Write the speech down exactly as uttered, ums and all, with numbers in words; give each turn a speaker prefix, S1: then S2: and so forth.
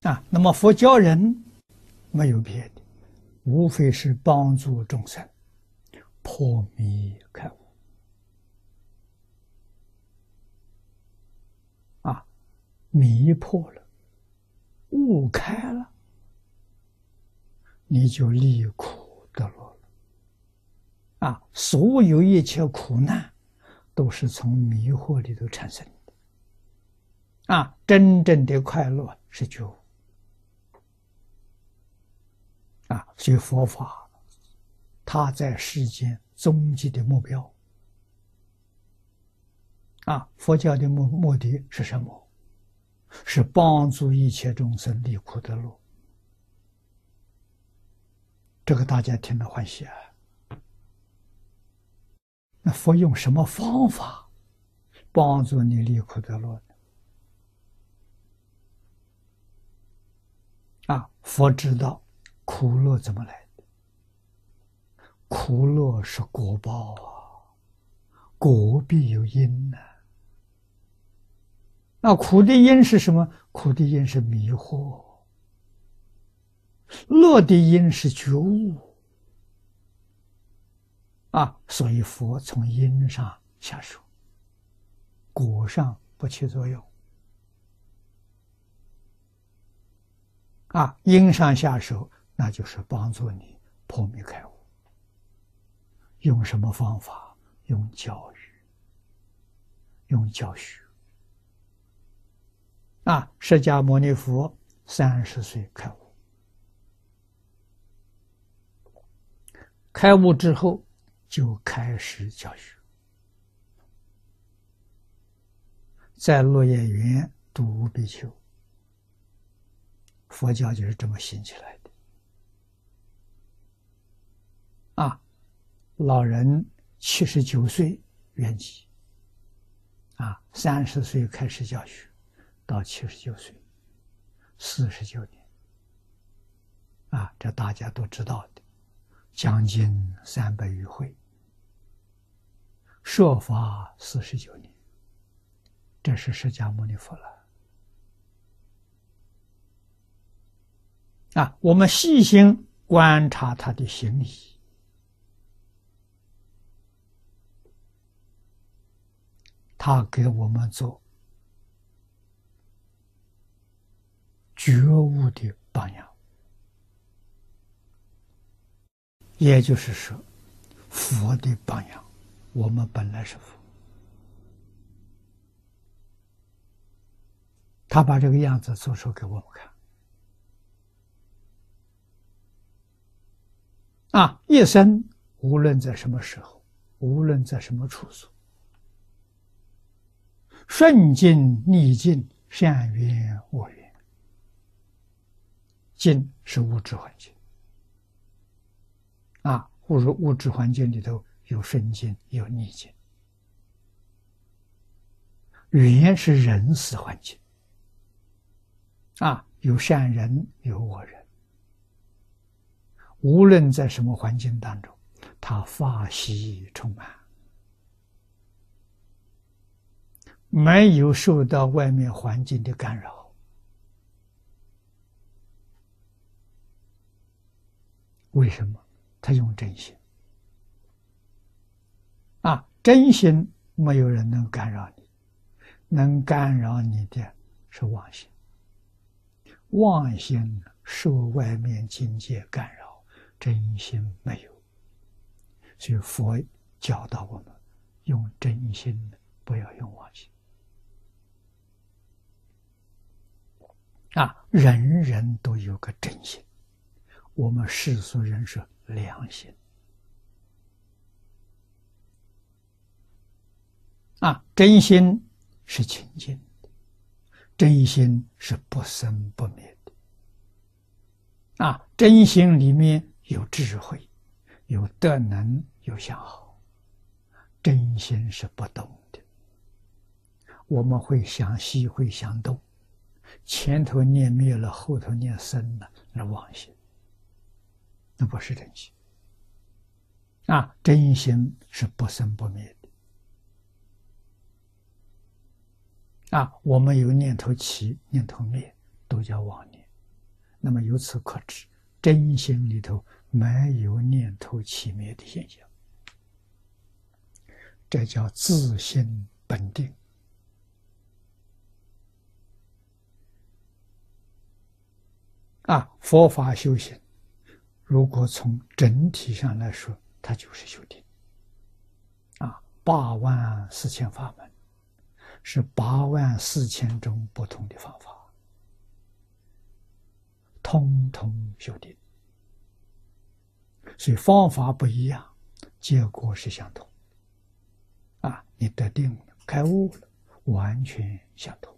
S1: 啊，那么佛教人没有别的，无非是帮助众生破迷开悟。啊，迷破了，悟开了，你就离苦得乐了。啊，所有一切苦难都是从迷惑里头产生的。啊，真正的快乐是觉悟。啊，所以佛法它在世间终极的目标。啊，佛教的目目的是什么？是帮助一切众生离苦得乐。这个大家听了欢喜啊。那佛用什么方法帮助你离苦得乐呢？啊，佛知道苦乐怎么来的？苦乐是果报啊，果必有因呢、啊。那苦的因是什么？苦的因是迷惑，乐的因是觉悟。啊，所以佛从因上下手，果上不起作用。啊，因上下手，那就是帮助你破迷开悟。用什么方法？用教育，用教学。啊，释迦牟尼佛三十岁开悟，开悟之后就开始教学，在落叶园度无比丘。佛教就是这么兴起来的。啊，老人七十九岁圆寂，啊，三十岁开始教学，到七十九岁，四十九年。啊，这大家都知道的，将近三百余会，说法四十九年，这是释迦牟尼佛了。啊，我们细心观察他的行仪，他给我们做觉悟的榜样。也就是说，佛的榜样，我们本来是佛，他把这个样子做出给我们看。啊，一生无论在什么时候，无论在什么处所，顺境逆境，善缘恶缘，境是物质环境。啊，物质物质环境里头有顺境有逆境，缘是人事环境。啊，有善人有恶人。无论在什么环境当中，他法喜充满，没有受到外面环境的干扰。为什么？他用真心。啊，真心没有人能干扰你，能干扰你的是妄心。妄心受外面境界干扰，真心没有。所以佛教导我们用真心，不要用妄心。啊，人人都有个真心，我们世俗人是良心。啊，真心是清净的，真心是不生不灭的。啊，真心里面有智慧，有德能，有相好。真心是不动的，我们会想西，会想东，前头念灭了，后头念生了，那妄心，那不是真心。啊，真心是不生不灭的。啊，我们有念头起，念头灭，都叫妄念。 那么由此可知，真心里头没有念头起灭的现象，这叫自性本定。啊，佛法修行，如果从整体上来说，它就是修定。啊，八万四千法门，是八万四千种不同的方法，通通修定。所以方法不一样，结果是相同。啊，你得定了，开悟了，完全相同。